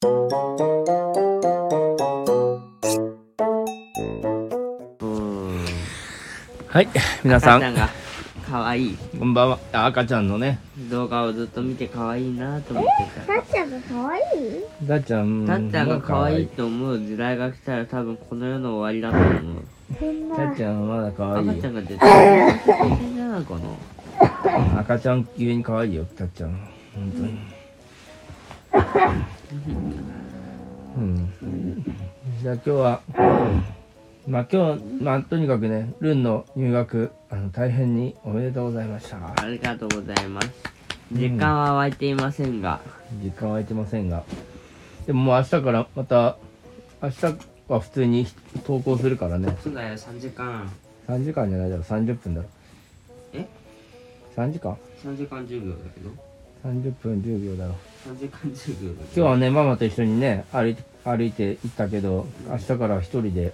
はい、皆さん赤ちゃんが可愛いこんばんは。赤ちゃんのね、 動画をずっと見て可愛いなと思ってた。 たっちゃんが可愛い？ だっちゃんたっちゃんが可愛いと思う時代が来たら多分この世の終わりだと思う。 そんな。 だっちゃんはまだ可愛いよ。 赤ちゃんが絶対幸せじゃないかな。 赤ちゃんゆえに可愛いよ、だっちゃん。本当に。じゃあ今日は、とにかくね、ルンの入学、大変におめでとうございました。 ありがとうございます。時間は湧いていませんが。 時間は空いてませんが。でももう明日からまた、明日は普通に登校するからね。 そうだよ、3時間。 3時間じゃないだろ、30分だろ。 え 3時間 ?3 時間10秒だけど。 ?30 分10秒だろ。 3時間10秒だ今けど。 日はね、ママと一緒にね、歩いて行ったけど、明日からは一人で、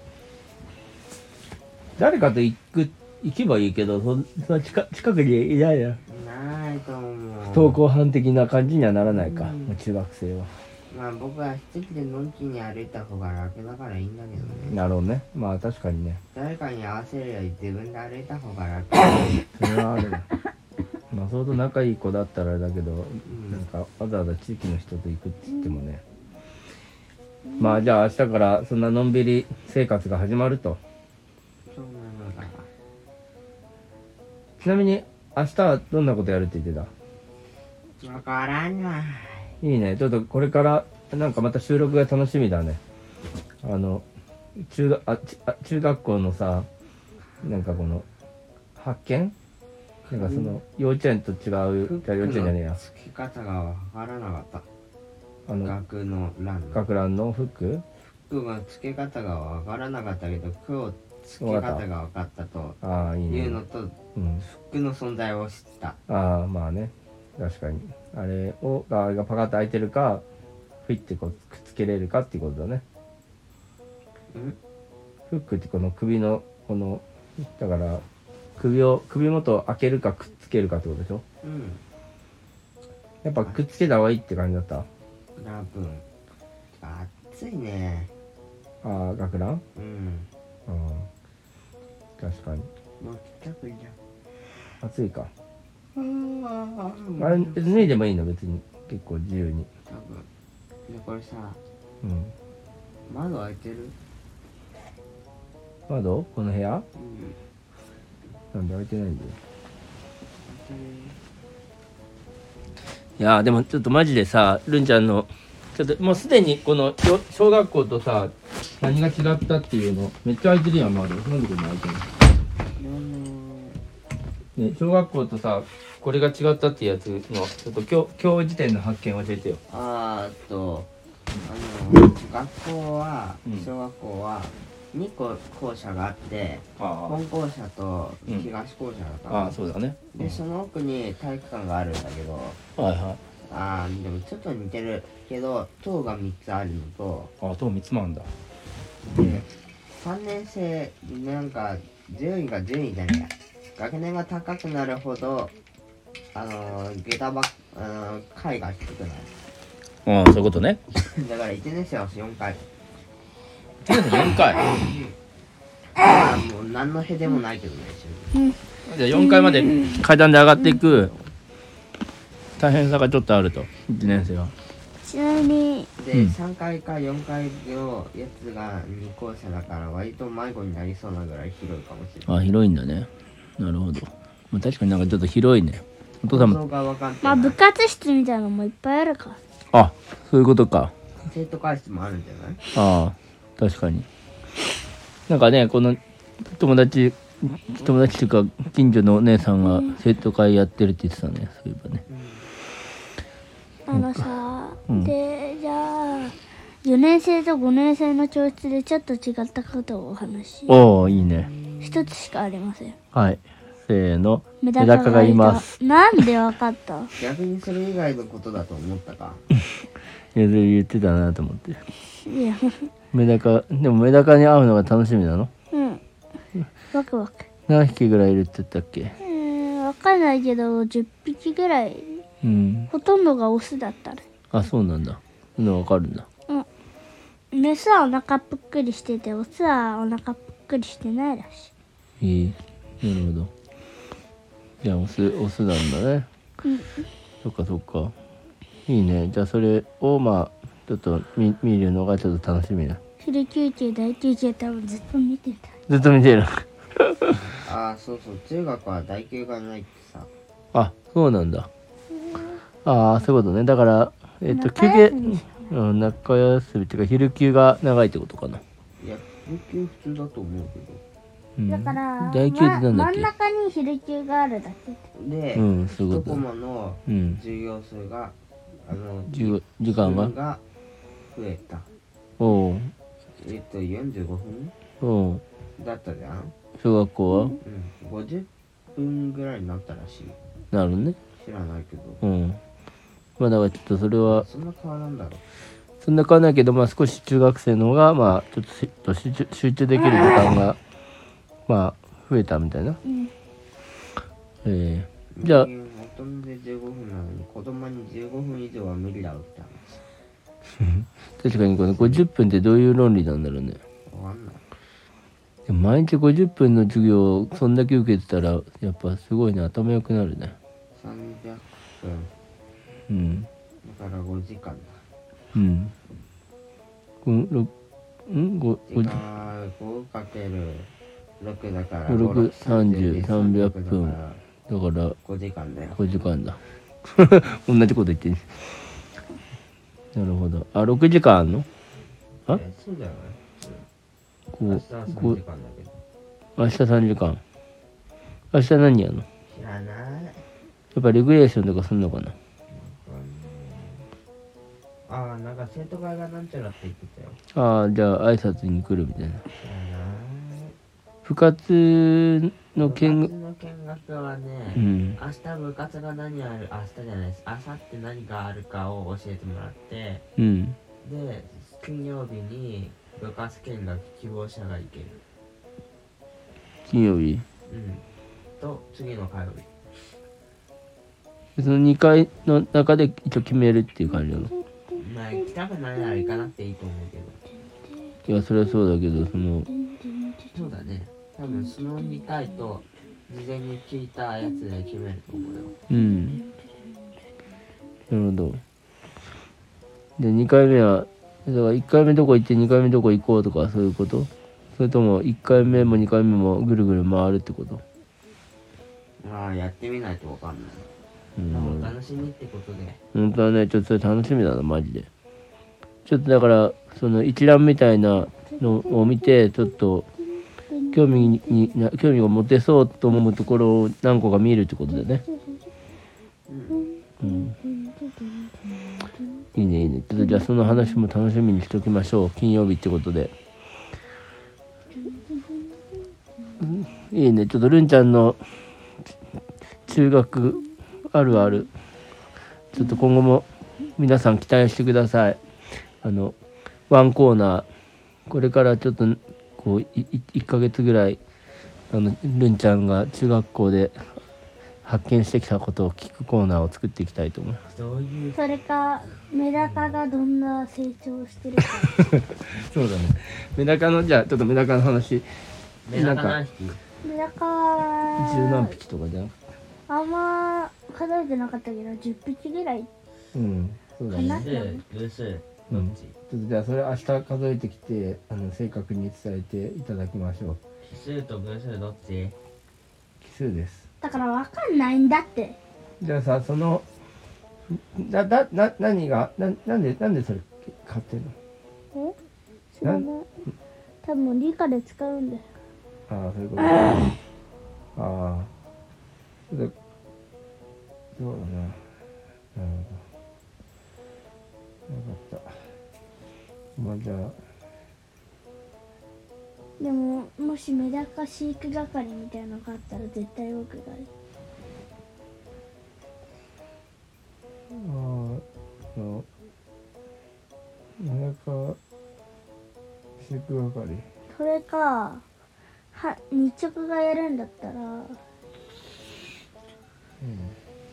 誰かと行けばいいけど、そんな近くにいないな。 ないと思う。 登校班的な感じにはならないか、もう中学生は。 まあ僕は一人でのんきに歩いた方が楽だからいいんだけどね。 なるほどね。まあ確かにね。 誰かに合わせるより自分で歩いた方が楽。 それはあるな。まあ相当仲いい子だったらあれだけど、なんかわざわざ地域の人と行くって言ってもね。まあじゃあ明日からそんなのんびり生活が始まると。 そうなのだ。 ちなみに明日はどんなことやるって言ってた？ わからない。 いいね。ちょっとこれからなんかまた収録が楽しみだね。中学校のさ、なんかこの発見？なんかその幼稚園と違う、幼稚園じゃねえや。 付き方がわからなかった。学学ランの服が付け方がわからなかったけど、服を付け方が分かったというのと、服の存在を知った。 ああ、まあね。確かに。あれがパカッと開いてるか、フィッてこうくっつけれるかっていうことだね。フックってこの首の、だから、首元を開けるかくっつけるかってことでしょ？やっぱくっつけた方がいいって感じだった？ 多分。暑いね。 ああ、学ラン？確かに。 もう着たくいじゃん。 暑いか。あれ、脱いでもいいの？別に。結構自由に。 多分。で、これさ、窓開いてる？ 窓？この部屋？なんで開いてないんだよ。いやーでもちょっとマジでさ、ルンちゃんのちょっともうすでにこの小学校とさ、何が違ったっていうのめっちゃ開いてるやん。窓なんでこんな開いてるの？ね、小学校とさ、これが違ったっていうやつのちょっと今日時点の発見教えてよ。 学校は、小学校は2個校舎があって、本校舎と東校舎だから、 そうだね。 でその奥に体育館があるんだけど、でもちょっと似てるけど棟が3つあるのと、 棟3つもあるんだ。 で3年生なんか順位じゃねえや、学年が高くなるほど階が低くなる。 そういうことね。 だから1年生は4階。 1年生4階。 もう何のへでもないけどね。 じゃあ4階まで階段で上がっていく大変さがちょっとあると、1年生は。 ちなみにで、3階か4階のやつが2校舎だから割と迷子になりそうなぐらい広いかもしれない。 広いんだね。なるほど。確かになんかちょっと広いね。お父さんも。 部活室みたいなのもいっぱいあるから。 そういうことか。 生徒会室もあるんじゃない？ 確かに。なんかね、この友達というか近所のお姉さんが生徒会やってるって言ってたね。そういえばね。 で、じゃあ4年生と5年生の教室でちょっと違ったことをお話し。 いいね。 一つしかありません。 はい。せーの。メダカがいます。 なんでわかった？ 逆にそれ以外のことだと思ったか。 言ってたなと思って。 いや。 でもメダカに会うのが楽しみなの？ ワクワク。 何匹ぐらいいるって言ったっけ？ わかんないけど10匹ぐらい。ほとんどがオスだったね。 そうなんだ。わかるんだ。 メスはお腹ぷっくりしてて、オスはお腹ぷっくりしてないらしい。なるほど。じゃあオスなんだね。そっかそっか。いいね。じゃあそれをまあちょっと見るのがちょっと楽しみだ。 昼休憩大休憩多分ずっと見てた。 ずっと見てる。 ああ、そうそう、中学は代休がないってさ。 あ、そうなんだ。ああ、そういうことね。だから休憩、中休みっていうか昼休が長いってことかな。 いや、昼休普通だと思うけど。 だから代休ってなんだっけ？ 真ん中に昼休があるだけで、 そういうこと。 1コマの授業数が、 時間が増えた。 おう。 45分おう。 だったじゃん。 小学校は 50分ぐらいになったらしい。 なるね。 知らないけど。 まあだからちょっとそれはそんな変わらんだろう。 そんな変わらないけど、まあ少し中学生の方がまあちょっと集中できる時間がまあ増えたみたいな。じゃあ大人で15分なのに子供に15分以上は無理だろうって話。 確かにこの50分ってどういう論理なんだろうね。 わかんない。 でも毎日50分の授業をそんだけ受けてたらやっぱすごいね、頭良くなるね。 300分。だから5時間だ。5かける6だから 6、30、300分。だから 5時間だよ。 5時間だ。同じこと言ってる。なるほど。あ、6時間あんの？あ？ そうじゃない？ 明日は3時間だけど。 明日3時間。明日何やんの？ 知らない。 やっぱレクリエーションとかすんのかな？ ああ、なんか生徒会がなんちゃらって言ってたよ。ああ、じゃあ挨拶に来るみたいな。 知らない。 部活の見学はね、明日部活が何ある、明日じゃないです。明後日何があるかを教えてもらって、で、金曜日に部活見学希望者が行ける。 金曜日？ と、次の火曜日。その2回の中で一応決めるっていう感じなの？ まあ、行きたくないなら行かなくていいと思うけど。いや、それはそうだけど、 そうだね。多分その2回と事前に聞いたやつで決めると思うよ。 なるほど。で2回目はだから1回目どこ行って2回目どこ行こうとかそういうこと？それとも1回目も2回目もぐるぐる回るってこと？ ああ、やってみないと分かんない。お楽しみってことで。 本当はね、ちょっとそれ楽しみだな、マジで。ちょっとだからその一覧みたいなのを見てちょっと興味を持てそうと思うところを何個か見るってことだよね。いいねいいね。ちょっとじゃあその話も楽しみにしておきましょう。金曜日ってことで。いいね。ちょっとるんちゃんの中学あるあるちょっと今後も皆さん期待してください。ワンコーナーこれからちょっとこう1ヶ月ぐらいるんちゃんが中学校で発見してきたことを聞くコーナーを作っていきたいと思います。 それかメダカがどんな成長してるかそうだね。メダカのじゃあちょっとメダカの話。 メダカ何匹？ メダカは 10何匹とかじゃなくてあんま数えてなかったけど10匹ぐらい。 そうだね。 偶数どっち？ちょっとじゃあそれ明日数えてきて正確に伝えていただきましょう。 奇数と偶数どっち？ 奇数です。 だからわかんないんだって。 じゃあさその何がなんでそれ買ってんの？ 知らない。多分理科で使うんだよ。 ああそういうこと。ああそうだな。なるほど。分かった。まあじゃあ。 でももしメダカ飼育係みたいなのがあったら絶対僕がいい。 メダカ飼育係。 それか日直がやるんだったら、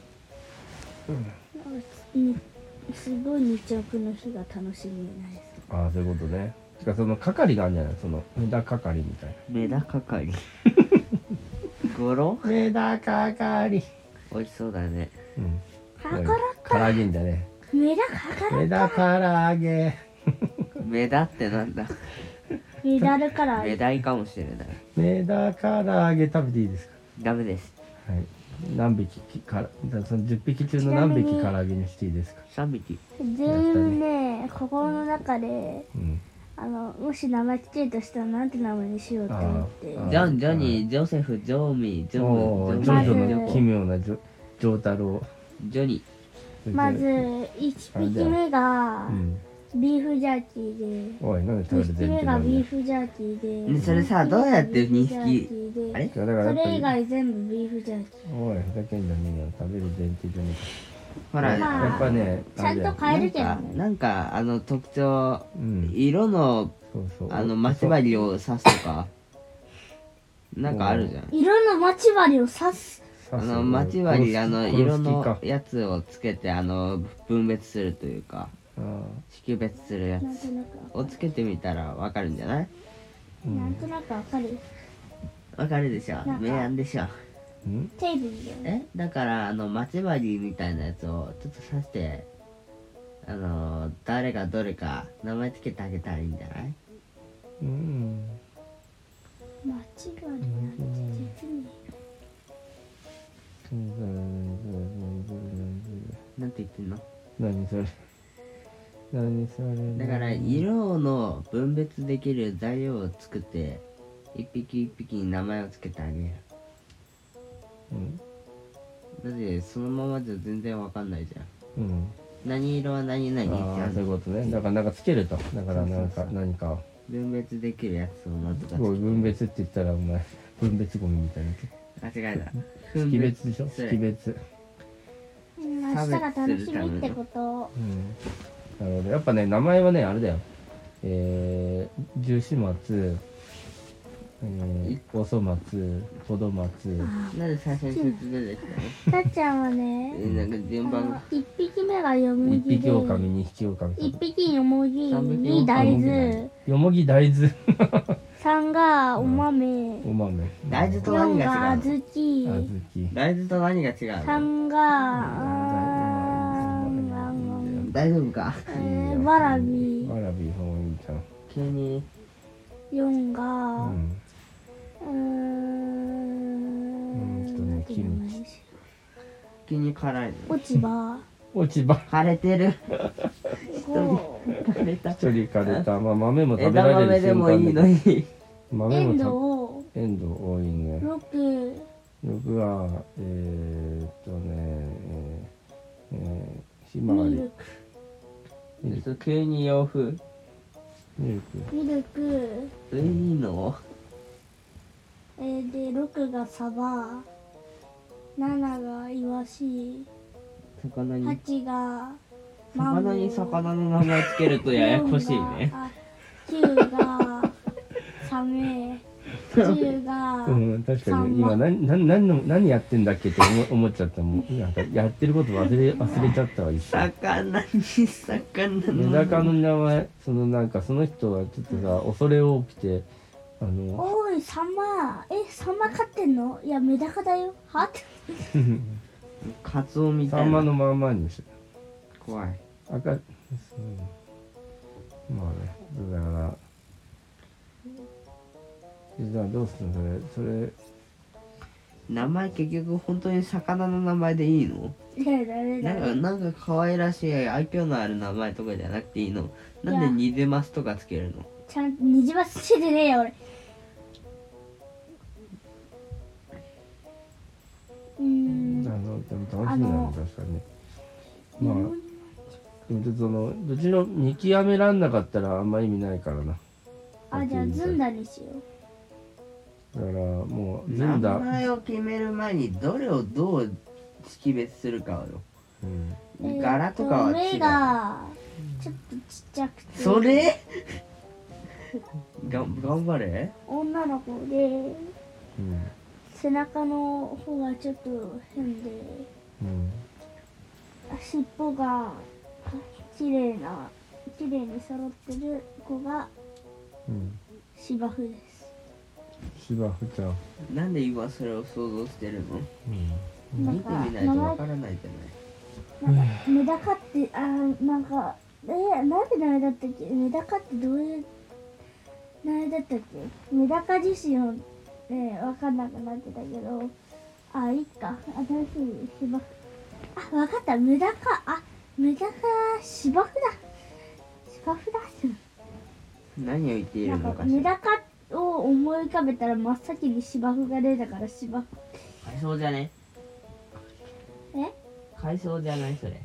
すごい日直の日が楽しみになりそう。 ああ、そういうことね。てかその係があるんじゃない、そのメダ係みたいな。 メダ係ゴロメダ係。 美味しそうだね。 うん。 は唐揚げんだね。 メダカカメダ唐揚げ。 メダってなんだ。 メダルからメダイかもしれない。 メダ唐揚げ食べていいですか。 ダメです。 はい。何匹か、その10匹中の何匹唐揚げにしていいですか。 3匹。 全員ね、心の中でうん。 もし名前つけるとしたらなんて名前にしようって思ってあージョン、ジョニー、ジョセフ、ジョーミー、ジョム、 おージョジまずョの奇妙な丈太郎。 ジョニまず1匹目がうん。 ビーフジャーキーでおい、なんで食べ 2 る匹目が前提なんだよ。 ビーフジャーキーでねそれさどうやって二匹あれいやだからやっぱりそれ以外全部ビーフジャーキおい、ふざけんじゃねえよ。食べる前提じゃねほら、 まあやっぱね、 ーちゃんと変えるけどねなんか特徴、 うん。 色のそうそう。 待ち針を刺すとかなんかあるじゃん。 色の待ち針を刺す待ち針色のか。 やつをつけて分別するというかあ識別するやなんとつなくをつけてみたらわかるんじゃない？ ーうんなんとなくわかるわかるでしょ。 なんか明暗でしょ。 うんテーブルだよねだから待ち針みたいなやつをちょっと刺して誰がどれか名前つけてあげたらいいんじゃない？ うん。 待ち針なんて説明なんて言ってんの？ 何それ。何それ。 だから色の分別できる材料を作って一匹一匹に名前をつけてあげる。 うん。 だってそのままじゃ全然わかんないじゃん。 うん。 何色は何々ってああ、そういうことね。だからなんかつけると。だからなんか何かを。 分別できるやつをなんとかこう分別って言ったらお前分別ゴミみたいな。 間違えた。 識別でしょ。 それ識別。 明日が楽しみってことうん。なるほど。やっぱね、名前はね、あれだよ。十四松、おそ松、ほど松。 なんで最初にそいつ出てきたの？ たっちゃんはねなんか順番が 1匹目がよも一ぎで匹狼、二匹狼。 1匹よもぎ三匹 2大よ豆よもぎ大豆。 3がお豆お豆。 大豆と 4 何がが違うの？ 小豆あずき。 大豆と何が違うの？ 3が大丈夫か？ わらびわらび、ほういいじゃん。 急に 4がうん。 なんていうの急に辛いの。 落ち葉落ち葉。 枯れてる。 5 枯れた。 一人枯れた。まあ豆も食べ枝られる豆でもいいのに。 豆エンドもをエンドウ多いね。 6 6はひまわり。 ミルク急に洋風。 ミルク。 ミルクいいの？ で6がサバ7がイワシ魚に 8がマンボウ魚に魚の名前つけるとややこしいね。 9がサメ10がうん、確かサンマに今何やってんだっけって思っちゃったもん。なんかやってること忘れちゃったわ一瞬。 魚に魚のメダカの名前、そのなんかその人はちょっとさ恐れ多くておいサンマサンマ飼ってんの？いやメダカだよはってカツオみたサンマいな。 のまんまにして怖い。 赤まあねだからじゃあどうするのそれ名前結局本当に魚の名前でいいの？ いやダメだよなんか可愛らしい愛嬌のある名前とかじゃなくていいの？なんでニゼマスとかつけるの？ ちゃんとにじまつけてねえよ俺でも楽しみなんだ確かにね。まあでもそのどっちの見極めらんなかったらあんま意味ないからな。 じゃあずんだにしよだからもうず名んだ、 前を決める前にどれをどう識別するかをよ。 うん、 う柄とかは違目う。 がちょっとちっちゃくてそれ頑張れ。 女の子でうん背中の方がちょっと変でうん尻尾が綺麗な綺麗に揃ってる子が芝生です。 芝生ちゃん。 なんで今それを想像してるの？見てみないとわからないじゃない。 なんかメダカってなんかなんで名前だったっけ？メダカってどういう名前だったっけ？メダカ自身をね分かんなくなってたけど、いいか、新しい芝生。分かった、メダカ芝生だ。芝生だ。 何を言っているのかしメら。 ダカを思い浮かべたら真っ先に芝生が出たから芝生。 海藻じゃね？海藻じゃないそれ。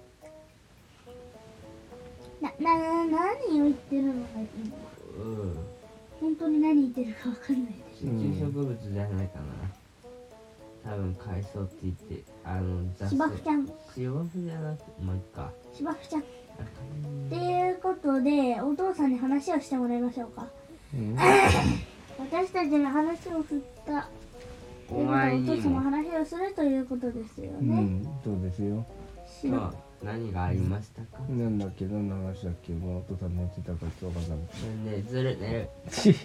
何を言ってるのか本当に何言ってるか分かんないです。 虫植物じゃないかな。多分海藻って言って芝生ちゃん。 芝生じゃなくてもういっか。 芝生ちゃん。っていうことでお父さんに話をしてもらいましょうか。私たちに話を振ったお父さんも話をするということですよね。 そうですよ。 今日何がありましたか？ なんだっけ、何の話だっけ。もうお父さん寝てたか分かんない。 ずる寝る。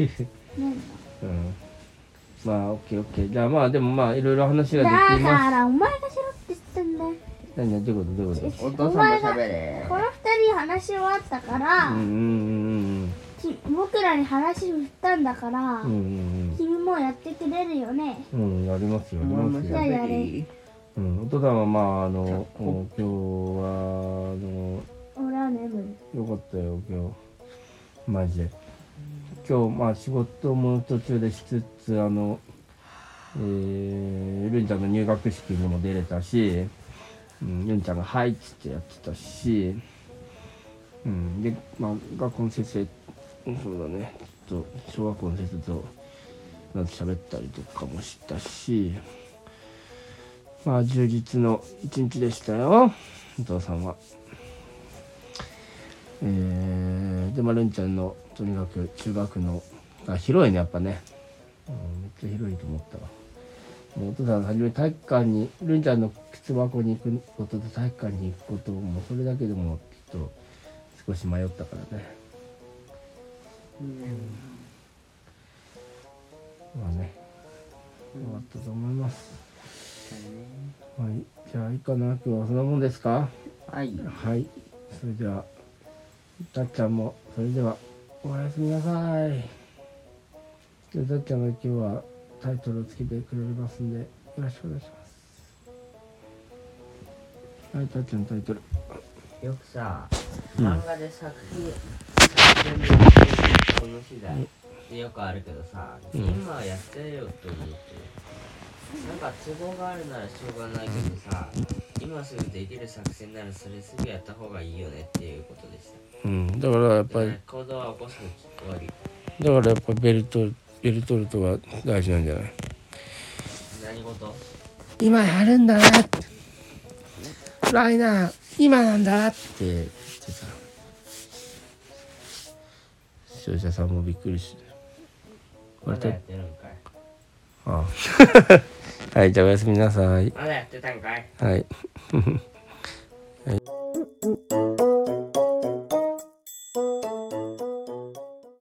まあオッケー。じゃあまあでもまあいろいろ話ができます。 だからお前がしろって言ってんだよ。 何どういうことお父さんも喋れ。 この二人話し終わったから、僕らに話振ったんだから、君もやってくれるよね。 やりますよ。 じゃあやれ。 お父さんはまあ今日は俺は眠い。よかったよ今日マジで。今日まあ仕事も途中でしつつルンちゃんの入学式にも出れたし、ルンちゃんがはいっつってやってたし、でまあ学校の先生そうだね小学校の先生となんか喋ったりとかもしたし、まあ充実の一日でしたよお父さんは。でまあルンちゃんのとにかく中学の広いねやっぱね、めっちゃ広いと思ったわ。もうお父さん初め体育館にルンちゃんの靴箱に行くことと体育館に行くこともそれだけでもちょっと少し迷ったからね。まあね終わったと思います。はい、じゃあいいかな。今日はそんなもんですか？ はい。 それではたっちゃんもそれではおやすみなさい。でたっちゃんが今日はタイトルをつけてくれますんでよろしくお願いします。はい、たっちゃんのタイトル。 よくさ、漫画で作品この次第ってよくあるけどさ、今はやってるよって思ってなんか都合があるならしょうがないけどさ、今すぐできる作戦ならそれすぐやった方がいいよねっていうことでした。 だからやっぱり行動は起こすの終わり。 だからやっぱベルトルトが大事なんじゃない？ 何事？ 今やるんだなって、ライナー今なんだって言ってた。視聴者さんもびっくりして。 まだやってるんかい。 はい、じゃあおやすみなさい。 まだやってたんかい。 はい。はい